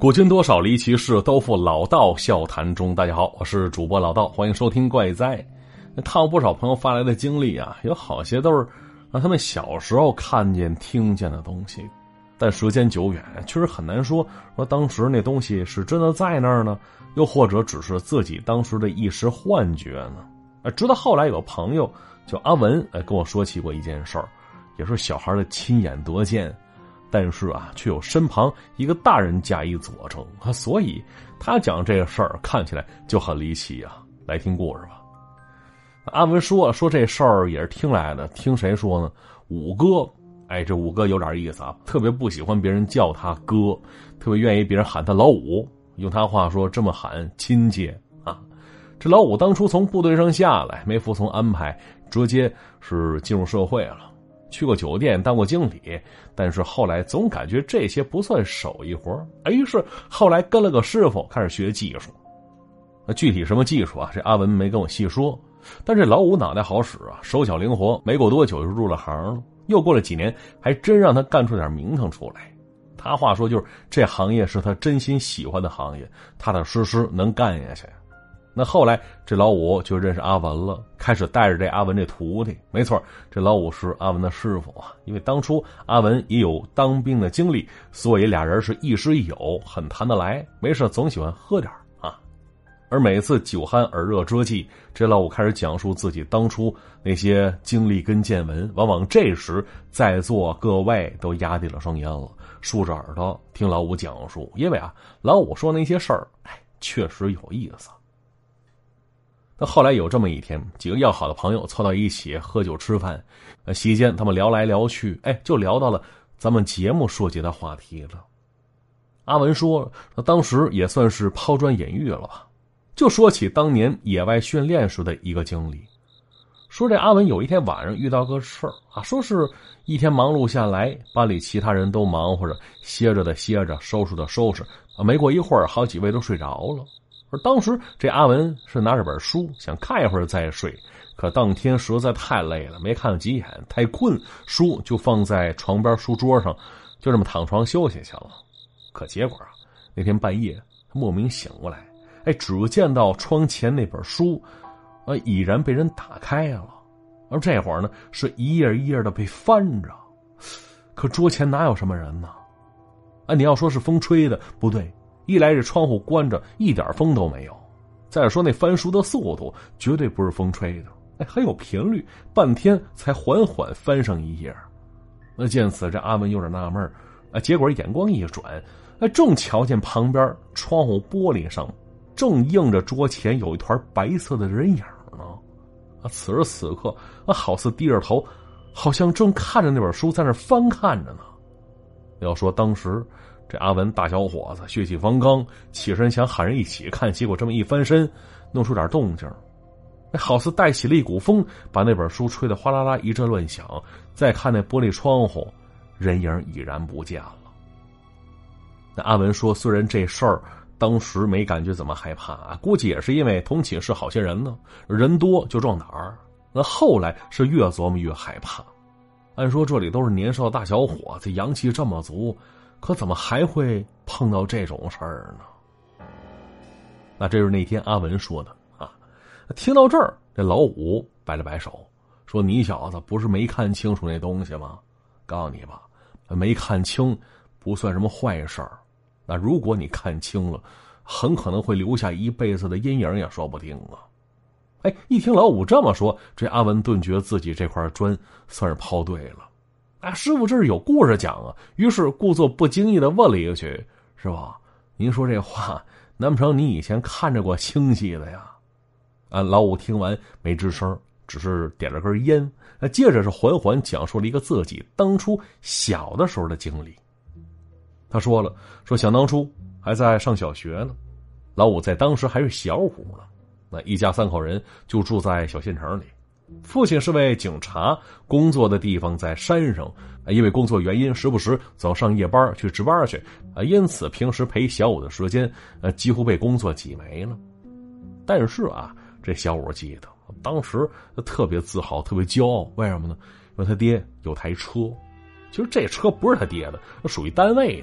古今多少离奇事，都付老道笑谈中。大家好，我是主播老道，欢迎收听怪哉。看过不少朋友发来的经历啊，有好些都是让他们小时候看见听见的东西，但时间久远确实很难说当时那东西是真的在那儿呢，又或者只是自己当时的一时幻觉呢。直到后来有朋友叫阿文跟我说起过一件事儿，也是小孩的亲眼得见，但是却有身旁一个大人加以佐证，所以他讲这个事儿看起来就很离奇啊。来听故事吧。阿文说这事儿也是听来的，听谁说呢？五哥。这五哥有点意思啊，特别不喜欢别人叫他哥，特别愿意别人喊他老五，用他话说这么喊亲切啊。这老五当初从部队上下来，没服从安排，直接是进入社会了，去过酒店当过经理，但是后来总感觉这些不算手艺活，于是后来跟了个师傅开始学技术。具体什么技术啊，这阿文没跟我细说，但这老五脑袋好使啊，手脚灵活，没过多久就入了行了。又过了几年，还真让他干出点名堂出来。他话说就是这行业是他真心喜欢的行业，踏踏实实能干下去。那后来这老五就认识阿文了，开始带着这阿文这徒弟。没错，这老五是阿文的师傅啊，因为当初阿文也有当兵的经历，所以俩人是亦师亦友，很谈得来，没事总喜欢喝点啊。而每次酒酣耳热之际，这老五开始讲述自己当初那些经历跟见闻，往往这时在座各位都压低了声音了，竖着耳朵听老五讲述，因为老五说那些事儿确实有意思。那后来有这么一天，几个要好的朋友凑到一起喝酒吃饭，席间他们聊来聊去，就聊到了咱们节目说起的话题了。阿文说当时也算是抛砖引玉了吧，就说起当年野外训练时的一个经历。说这阿文有一天晚上遇到个事儿说是一天忙碌下来，班里其他人都忙活着，歇着的歇着，收拾的收拾，没过一会儿好几位都睡着了。而当时这阿文是拿着本书想看一会儿再睡，可当天实在太累了，没看几眼，太困，书就放在床边书桌上，就这么躺床休息去了。可结果那天半夜他莫名醒过来，只见到窗前那本书已然被人打开了，而这会儿呢是一页一页的被翻着，可桌前哪有什么人呢？你要说是风吹的，不对，一来这窗户关着，一点风都没有，再说那翻书的速度绝对不是风吹的，很有频率，半天才缓缓翻上一页。那见此这阿文有点纳闷结果眼光一转，正瞧见旁边窗户玻璃上正映着桌前有一团白色的人影呢。此时此刻好似低着头，好像正看着那本书在那翻看着呢。要说当时这阿文大小伙子血气方刚，起身想喊人一起看，结果这么一翻身弄出点动静，好似带起了一股风，把那本书吹得哗啦啦一阵乱响。再看那玻璃窗户，人影已然不见了。那阿文说虽然这事儿当时没感觉怎么害怕估计也是因为同寝室好些人呢，人多就壮胆儿。那后来是越琢磨越害怕，按说这里都是年少大小伙子，阳气这么足，可怎么还会碰到这种事儿呢？那这是那天阿文说的听到这儿，这老五摆了摆手，说你小子不是没看清楚那东西吗？告诉你吧，没看清不算什么坏事儿，那如果你看清了，很可能会留下一辈子的阴影也说不定啊。一听老五这么说，这阿文顿觉自己这块砖算是抛对了。师傅这是有故事讲于是故作不经意的问了一句，是吧？您说这话难不成你以前看着过清晰的呀？老五听完没吱声，只是点了根烟，接着是缓缓讲述了一个自己当初小的时候的经历。他说了，想当初还在上小学呢，老五在当时还是小虎呢。那一家三口人就住在小县城里，父亲是位警察，工作的地方在山上，因为工作原因时不时总上夜班去值班去，因此平时陪小五的时间几乎被工作挤没了。但是这小五记得当时特别自豪，特别骄傲，为什么呢？因为他爹有台车，其实这车不是他爹的，属于单位的。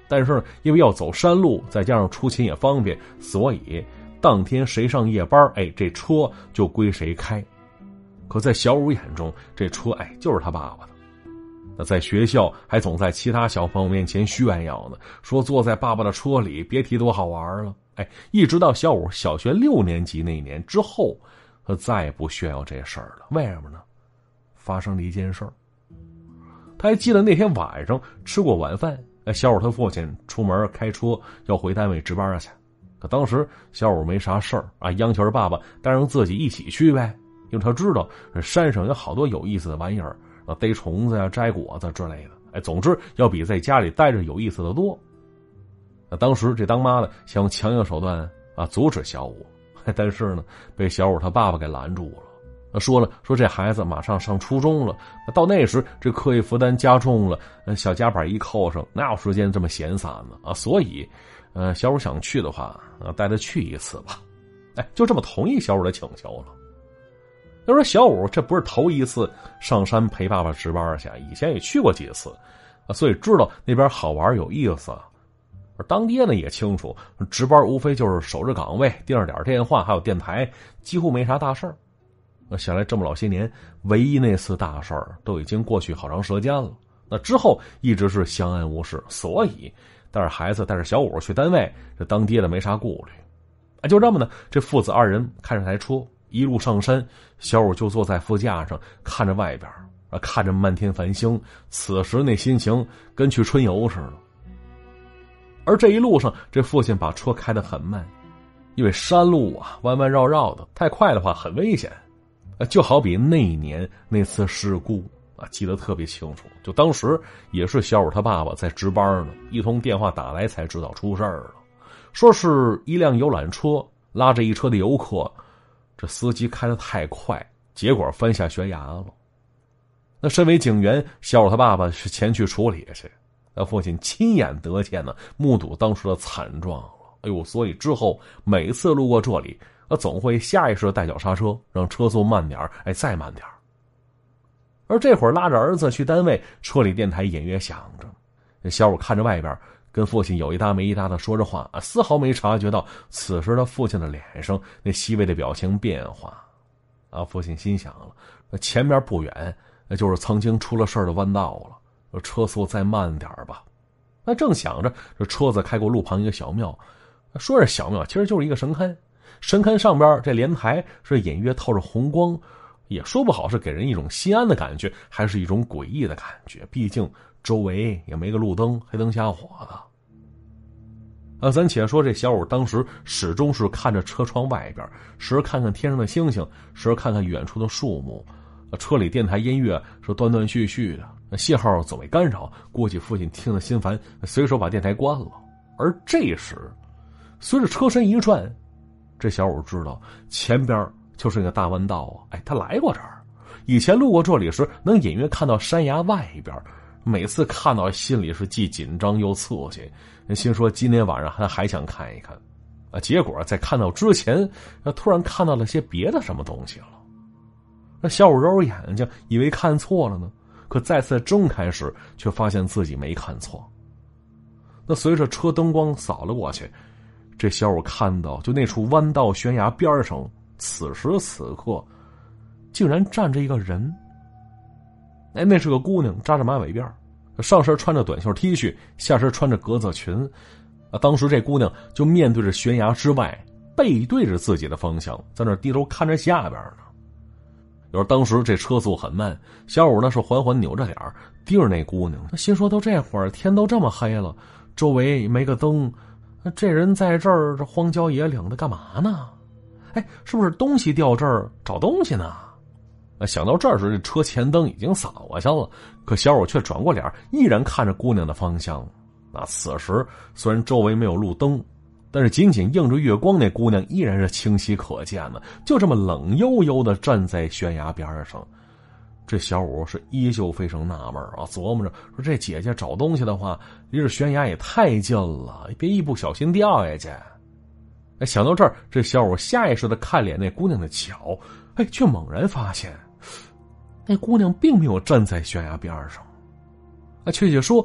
但是呢，因为要走山路，再加上出勤也方便，所以当天谁上夜班，这车就归谁开。可在小五眼中，这车就是他爸爸的。那在学校还总在其他小朋友面前炫耀呢，说坐在爸爸的车里，别提多好玩了。一直到小五小学6年级那年之后，他再也不炫耀这事儿了。为什么呢？发生了一件事儿。他还记得那天晚上吃过晚饭，小五他父亲出门开车要回单位值班去。可当时小五没啥事儿央求着爸爸带上自己一起去呗，因为他知道山上有好多有意思的玩意儿，逮虫子呀、摘果子之类的。总之要比在家里待着有意思的多。当时这当妈的想用强硬手段阻止小五，但是呢被小五他爸爸给拦住了。说这孩子马上上初中了，到那时这课业负担加重了，小夹板一扣上，哪有时间这么闲散呢？所以小五想去的话带他去一次吧。就这么同意小五的请求了。要说小五这不是头一次上山陪爸爸值班去，以前也去过几次，所以知道那边好玩有意思。而当爹呢也清楚，值班无非就是守着岗位，盯着点电话，还有电台，几乎没啥大事儿。想来这么老些年，唯一那次大事儿都已经过去好长时间了。那之后一直是相安无事，所以带着孩子带着小五去单位，这当爹的没啥顾虑。就这么呢，这父子二人开着台车一路上山，小五就坐在副驾上看着外边，看着漫天繁星，此时那心情跟去春游似的。而这一路上，这父亲把车开得很慢，因为山路弯弯绕绕的，太快的话很危险。就好比那一年那次事故记得特别清楚。就当时也是小五他爸爸在值班呢，一通电话打来才知道出事儿了，说是一辆游览车拉着一车的游客，这司机开得太快，结果翻下悬崖了。那身为警员，小五他爸爸是前去处理去。父亲亲眼得见呢，目睹当时的惨状了。所以之后每次路过这里，总会下意识的带脚刹车，让车速慢点，再慢点。而这会儿拉着儿子去单位，车里电台隐约响着。小五看着外边，跟父亲有一搭没一搭的说着话，丝毫没察觉到此时他父亲的脸上那细微的表情变化。父亲心想了，前面不远就是曾经出了事的弯道了。车速再慢点吧。正想着，这车子开过路旁一个小庙，说是小庙，其实就是一个神龛。神龛上边这莲台是隐约透着红光，也说不好是给人一种心安的感觉，还是一种诡异的感觉。毕竟周围也没个路灯，黑灯瞎火的。咱且说这小五当时始终是看着车窗外边，时而看看天上的星星，时而看看远处的树木。车里电台音乐是断断续续的，信号总被干扰，估计父亲听得心烦，随手把电台关了。而这时随着车身一转，这小五知道前边就是那个大弯道他来过这儿，以前路过这里时能隐约看到山崖外边，每次看到心里是既紧张又刺激，心说今天晚上他还想看一看。结果在看到之前突然看到了些别的什么东西了。那小五揉揉眼睛，以为看错了呢，可再次睁开时却发现自己没看错。那随着车灯光扫了过去，这小五看到就那处弯道悬崖边上，此时此刻竟然站着一个人。那是个姑娘，扎着马尾辫，上身穿着短袖 T 恤，下身穿着格子裙。当时这姑娘就面对着悬崖之外，背对着自己的方向，在那低头看着下边呢。有时当时这车速很慢，小五呢是缓缓扭着脸盯着那姑娘，心说都这会儿天都这么黑了，周围没个灯，这人在这儿这荒郊野岭的干嘛呢？是不是东西掉这儿找东西呢？想到这儿时，这车前灯已经扫过去了，可小五却转过脸，依然看着姑娘的方向。此时虽然周围没有路灯，但是仅仅映着月光，那姑娘依然是清晰可见的，就这么冷悠悠的站在悬崖边上。这小五是依旧非常纳闷琢磨着说这姐姐找东西的话，离这悬崖也太近了，别一不小心掉下去。想到这儿，这小五下意识的看脸那姑娘的脚，却猛然发现那姑娘并没有站在悬崖边上。确切说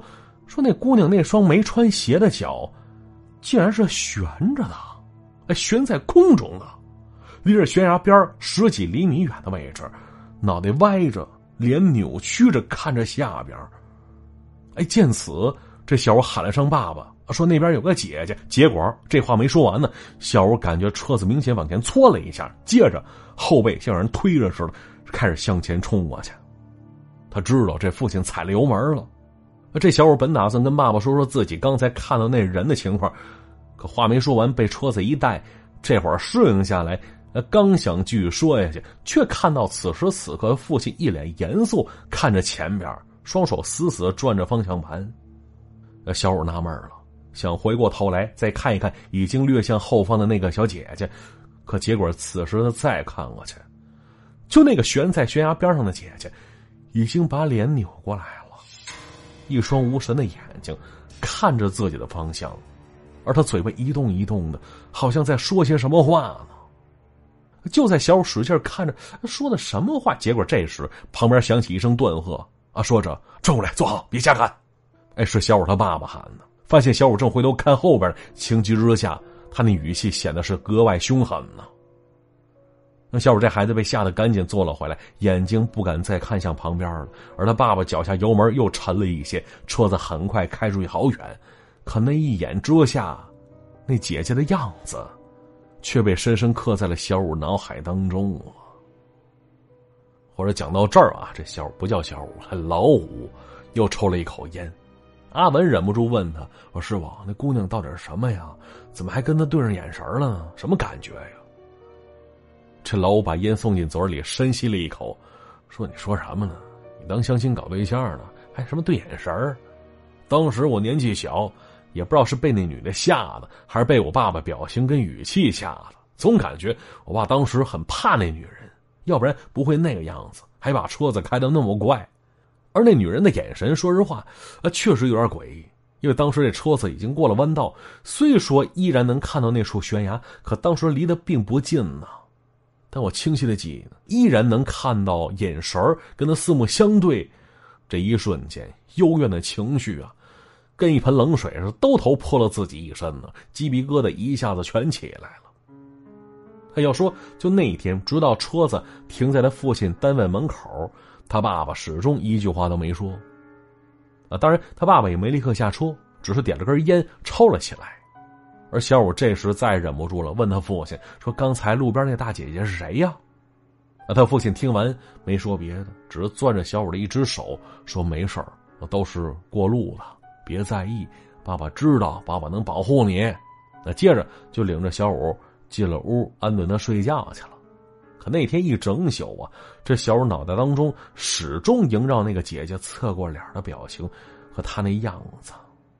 说那姑娘那双没穿鞋的脚竟然是悬着的，悬在空中的，离着悬崖边10几厘米远的位置，脑袋歪着，脸扭曲着看着下边。见此，这小五喊了声爸爸，说那边有个姐姐。结果这话没说完呢，小五感觉车子明显往前搓了一下，接着后背像人推着似的开始向前冲过去。他知道这父亲踩了油门了。这小五本打算跟爸爸说自己刚才看到那人的情况，可话没说完被车子一带，这会儿适应下来，刚想继续说下去，却看到此时此刻父亲一脸严肃看着前边，双手死死转着方向盘。小五纳闷了，想回过头来再看一看已经掠向后方的那个小姐姐，可结果此时他再看过去，就那个悬在悬崖边上的姐姐已经把脸扭过来了，一双无神的眼睛看着自己的方向，而他嘴巴一动一动的，好像在说些什么话呢。就在小五使劲看着说的什么话，结果这时旁边响起一声断喝，说着转过来坐好，别瞎看。是小五他爸爸喊的。发现小五正回头看后边，情急之下他那语气显得是格外凶狠呢。那小五这孩子被吓得赶紧坐了回来，眼睛不敢再看向旁边了。而他爸爸脚下油门又沉了一些，车子很快开出去好远，可那一眼之下，那姐姐的样子却被深深刻在了小五脑海当中了。或者讲到这儿这小五不叫小五，还老五，又抽了一口烟。阿文忍不住问他，说师傅，那姑娘到底是什么呀？怎么还跟他对上眼神了呢？什么感觉呀？这老五把烟送进嘴里，深吸了一口，说你说什么呢？你当相亲搞对象呢，还什么对眼神？当时我年纪小，也不知道是被那女的吓的，还是被我爸爸表情跟语气吓的，总感觉我爸当时很怕那女人，要不然不会那个样子，还把车子开得那么快。而那女人的眼神，说实话，确实有点诡异。因为当时这车子已经过了弯道，虽说依然能看到那处悬崖，可当时离得并不近呢。但我清晰的记忆呢，依然能看到眼神跟他四目相对，这一瞬间，幽怨的情绪跟一盆冷水似的，都头泼了自己一身呢，鸡皮疙瘩一下子全起来了。要说就那一天，直到车子停在他父亲单位门口，他爸爸始终一句话都没说。当然他爸爸也没立刻下车，只是点了根烟抽了起来。而小五这时再忍不住了，问他父亲说，刚才路边那大姐姐是谁呀？他父亲听完没说别的，只是攥着小五的一只手说，没事儿，都是过路的，别在意，爸爸知道，爸爸能保护你。接着就领着小五进了屋，安顿他睡觉去了。可那天一整宿这小五脑袋当中始终萦绕那个姐姐侧过脸的表情和她那样子。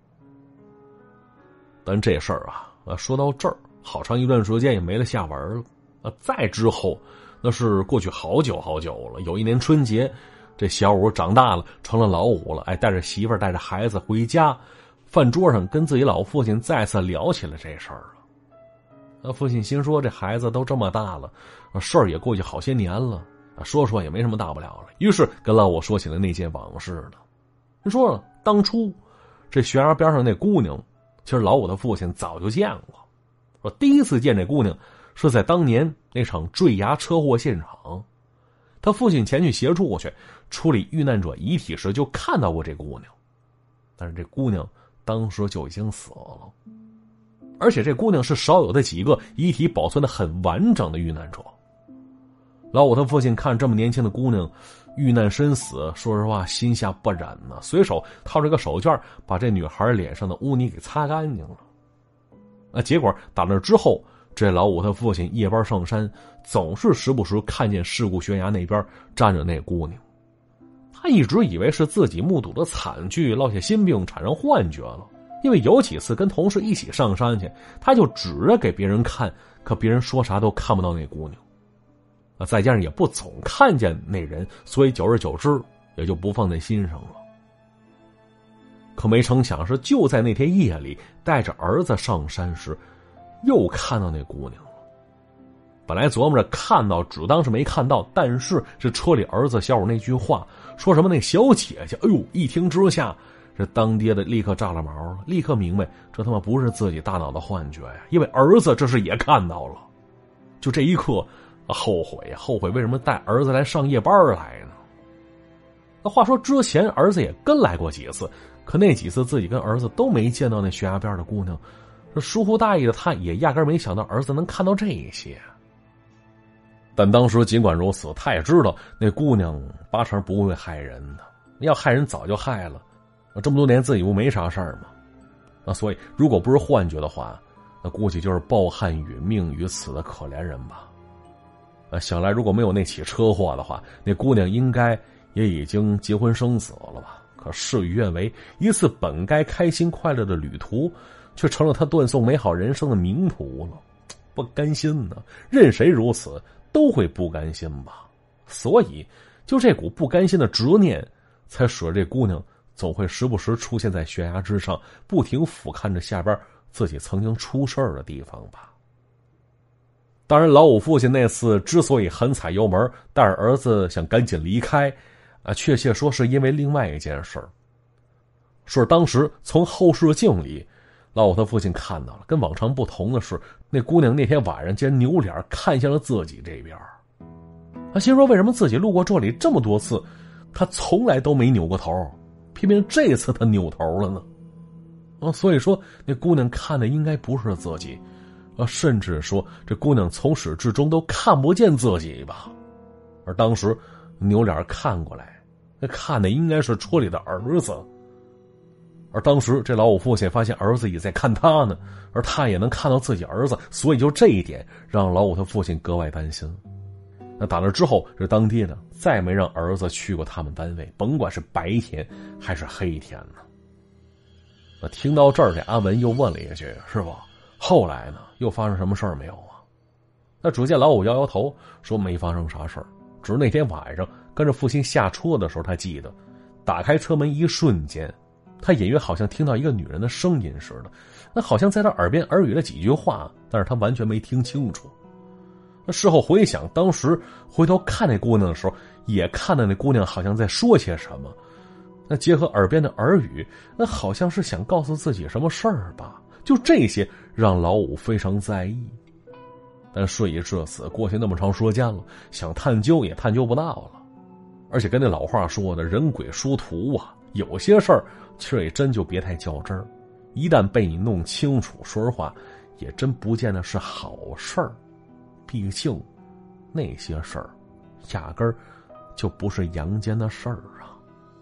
但这事儿说到这儿，好长一段时间也没了下文了。再之后，那是过去好久好久了。有一年春节，这小五长大了，成了老五了，带着媳妇儿带着孩子回家，饭桌上跟自己老父亲再次聊起了这事儿了。父亲心说，这孩子都这么大了，事儿也过去好些年了，说说也没什么大不了了。于是跟老五说起了那件往事了。人说了，当初这悬崖边上那姑娘，其实老五的父亲早就见过。说第一次见这姑娘是在当年那场坠崖车祸现场，他父亲前去协助去处理遇难者遗体时就看到过这姑娘，但是这姑娘当时就已经死了。而且这姑娘是少有的几个遗体保存的很完整的遇难者。老五他父亲看这么年轻的姑娘遇难身死，说实话心下不忍呢，随手掏着个手绢把这女孩脸上的污泥给擦干净了。结果打那之后，这老五他父亲夜班上山，总是时不时看见事故悬崖那边站着那姑娘。他一直以为是自己目睹的惨剧落下心病产生幻觉了，因为有几次跟同事一起上山去，他就指着给别人看，可别人说啥都看不到那姑娘。再加上也不总看见那人，所以久而久之也就不放在心上了。可没成想是就在那天夜里，带着儿子上山时，又看到那姑娘了。本来琢磨着看到只当是没看到，但是这车里儿子小五那句话说什么那小姐姐，一听之下这当爹的立刻炸了毛了，立刻明白这他妈不是自己大脑的幻觉呀，因为儿子这是也看到了。就这一刻后悔为什么带儿子来上夜班来呢？那话说之前儿子也跟来过几次，可那几次自己跟儿子都没见到那悬崖边的姑娘，这疏忽大意的他也压根没想到儿子能看到这些。但当时尽管如此，他也知道那姑娘八成不会害人的，要害人早就害了，这么多年自己不没啥事儿吗？那所以如果不是幻觉的话，那估计就是抱憾殒命于此的可怜人吧。想来如果没有那起车祸的话，那姑娘应该也已经结婚生子了吧。可事与愿违，一次本该开心快乐的旅途，却成了他断送美好人生的迷途了。不甘心呢，任谁如此都会不甘心吧。所以就这股不甘心的执念，才使得这姑娘总会时不时出现在悬崖之上，不停俯瞰着下边自己曾经出事儿的地方吧。当然老五父亲那次之所以狠踩油门带着儿子想赶紧离开，确切说是因为另外一件事儿。是当时从后视镜里老五他父亲看到了，跟往常不同的是，那姑娘那天晚上竟然扭脸看向了自己这边。他心说为什么自己路过这里这么多次，他从来都没扭过头，偏偏这次他扭头了呢？所以说那姑娘看的应该不是自己，甚至说这姑娘从始至终都看不见自己吧。而当时扭脸看过来，那看的应该是车里的儿子。而当时这老五父亲发现儿子也在看他呢，而他也能看到自己儿子，所以就这一点让老五他父亲格外担心。那打那之后，这当爹的再没让儿子去过他们单位，甭管是白天还是黑天呢。那听到这儿，这阿文又问了一句：“师傅，后来呢？又发生什么事儿没有啊？”那只见老五摇摇头说：“没发生啥事儿，只是那天晚上跟着父亲下车的时候，他记得打开车门一瞬间，他隐约好像听到一个女人的声音似的，那好像在他耳边耳语了几句话，但是他完全没听清楚。那事后回想，当时回头看那姑娘的时候，也看到那姑娘好像在说些什么。那结合耳边的耳语，那好像是想告诉自己什么事儿吧。就这些让老五非常在意。但事已至此，过去那么长时间了，想探究也探究不到了。而且跟那老话说的人鬼殊途啊，有些事儿其实也真就别太较真儿，一旦被你弄清楚，说实话也真不见得是好事儿。毕竟那些事儿压根儿就不是阳间的事儿啊。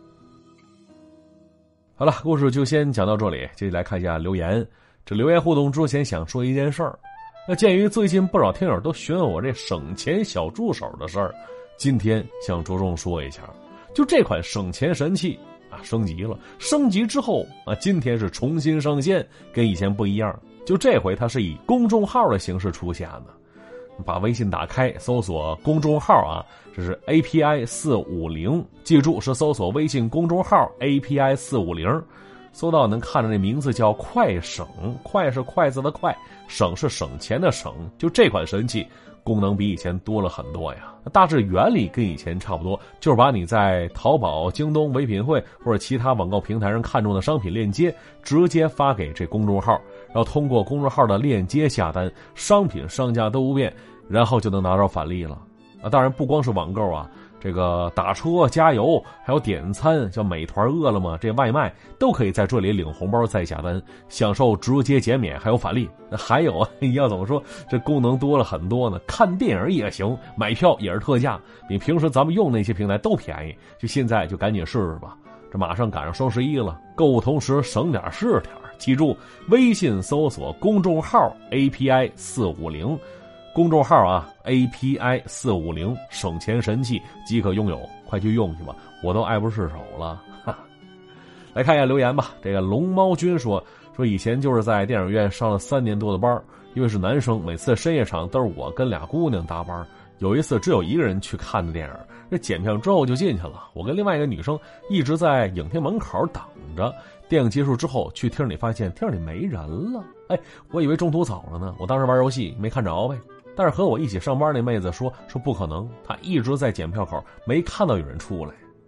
好了，故事就先讲到这里，接下来看一下留言。这留言互动之前想说一件事儿，那鉴于最近不少听友都询问我这省钱小助手的事儿，今天想着重说一下。就这款省钱神器升级了，升级之后今天是重新上线，跟以前不一样。就这回它是以公众号的形式出现的。把微信打开，搜索公众号这是 API 450，记住是搜索微信公众号 API 450，搜到能看着那名字叫快省，快是筷子的快，省是省钱的省。就这款神器功能比以前多了很多呀，大致原理跟以前差不多，就是把你在淘宝、京东、唯品会或者其他网购平台上看中的商品链接直接发给这公众号，然后通过公众号的链接下单，商品上架都不变，然后就能拿到返利了。当然不光是网购这个打车、加油，还有点餐，像美团、饿了么这外卖都可以在这里领红包再下单，享受直接减免还有返利。还有要怎么说，这功能多了很多呢，看电影也行，买票也是特价，比平时咱们用那些平台都便宜。就现在就赶紧试试吧，这马上赶上双11了，购物同时省点是点。记住微信搜索公众号 API 450，公众号API 450，省钱神器即可拥有，快去用去吧，我都爱不释手了。来看一下留言吧。这个龙猫君说以前就是在电影院上了3年多的班，因为是男生，每次深夜场都是我跟俩姑娘搭班。有一次只有一个人去看的电影，这检票之后就进去了，我跟另外一个女生一直在影厅门口等着。电影结束之后去厅里，发现厅里没人了。我以为中途走了呢，我当时玩游戏没看着呗。但是和我一起上班那妹子说不可能，她一直在检票口，没看到有人出来。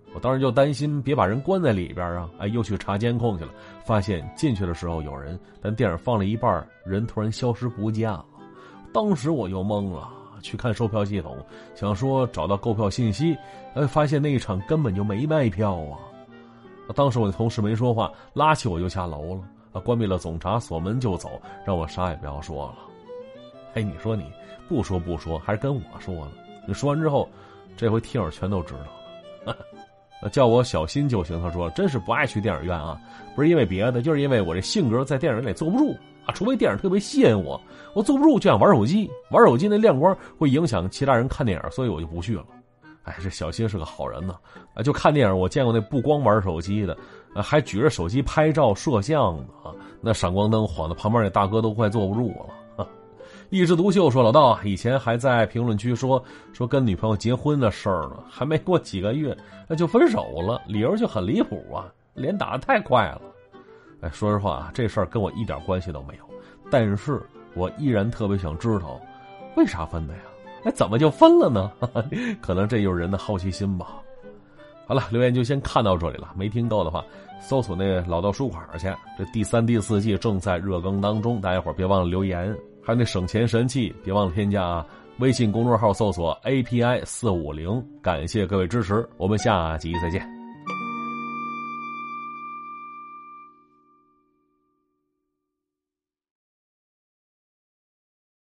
我当时就担心别把人关在里边啊，又去查监控去了，发现进去的时候有人，但电影放了一半，人突然消失不见了。当时我就懵了，去看售票系统，想说找到购票信息，发现那一场根本就没卖票啊。当时我的同事没说话，拉起我就下楼了，关闭了总闸，锁门就走，让我啥也不要说了。你说你不说，还是跟我说了。你说完之后，这回听友全都知道了。叫我小心就行。他说真是不爱去电影院啊，不是因为别的，就是因为我这性格在电影院里坐不住啊，除非电影特别吸引我坐不住就想玩手机，玩手机那亮光会影响其他人看电影，所以我就不去了。这小新是个好人呢，就看电影我见过那不光玩手机的，还举着手机拍照摄像的啊，那闪光灯晃得旁边那大哥都快坐不住了。一枝独秀说老道以前还在评论区说跟女朋友结婚的事儿呢，还没过几个月就分手了，理由就很离谱啊，脸打得太快了。说实话这事儿跟我一点关系都没有，但是我依然特别想知道为啥分的呀？怎么就分了呢？可能这就是人的好奇心吧。好了，留言就先看到这里了，没听够的话搜索那老道书馆去，这第3、第4季正在热更当中，大家伙别忘了留言。还有那省钱神器别忘了添加微信公众号搜索 API 450，感谢各位支持，我们下集再见。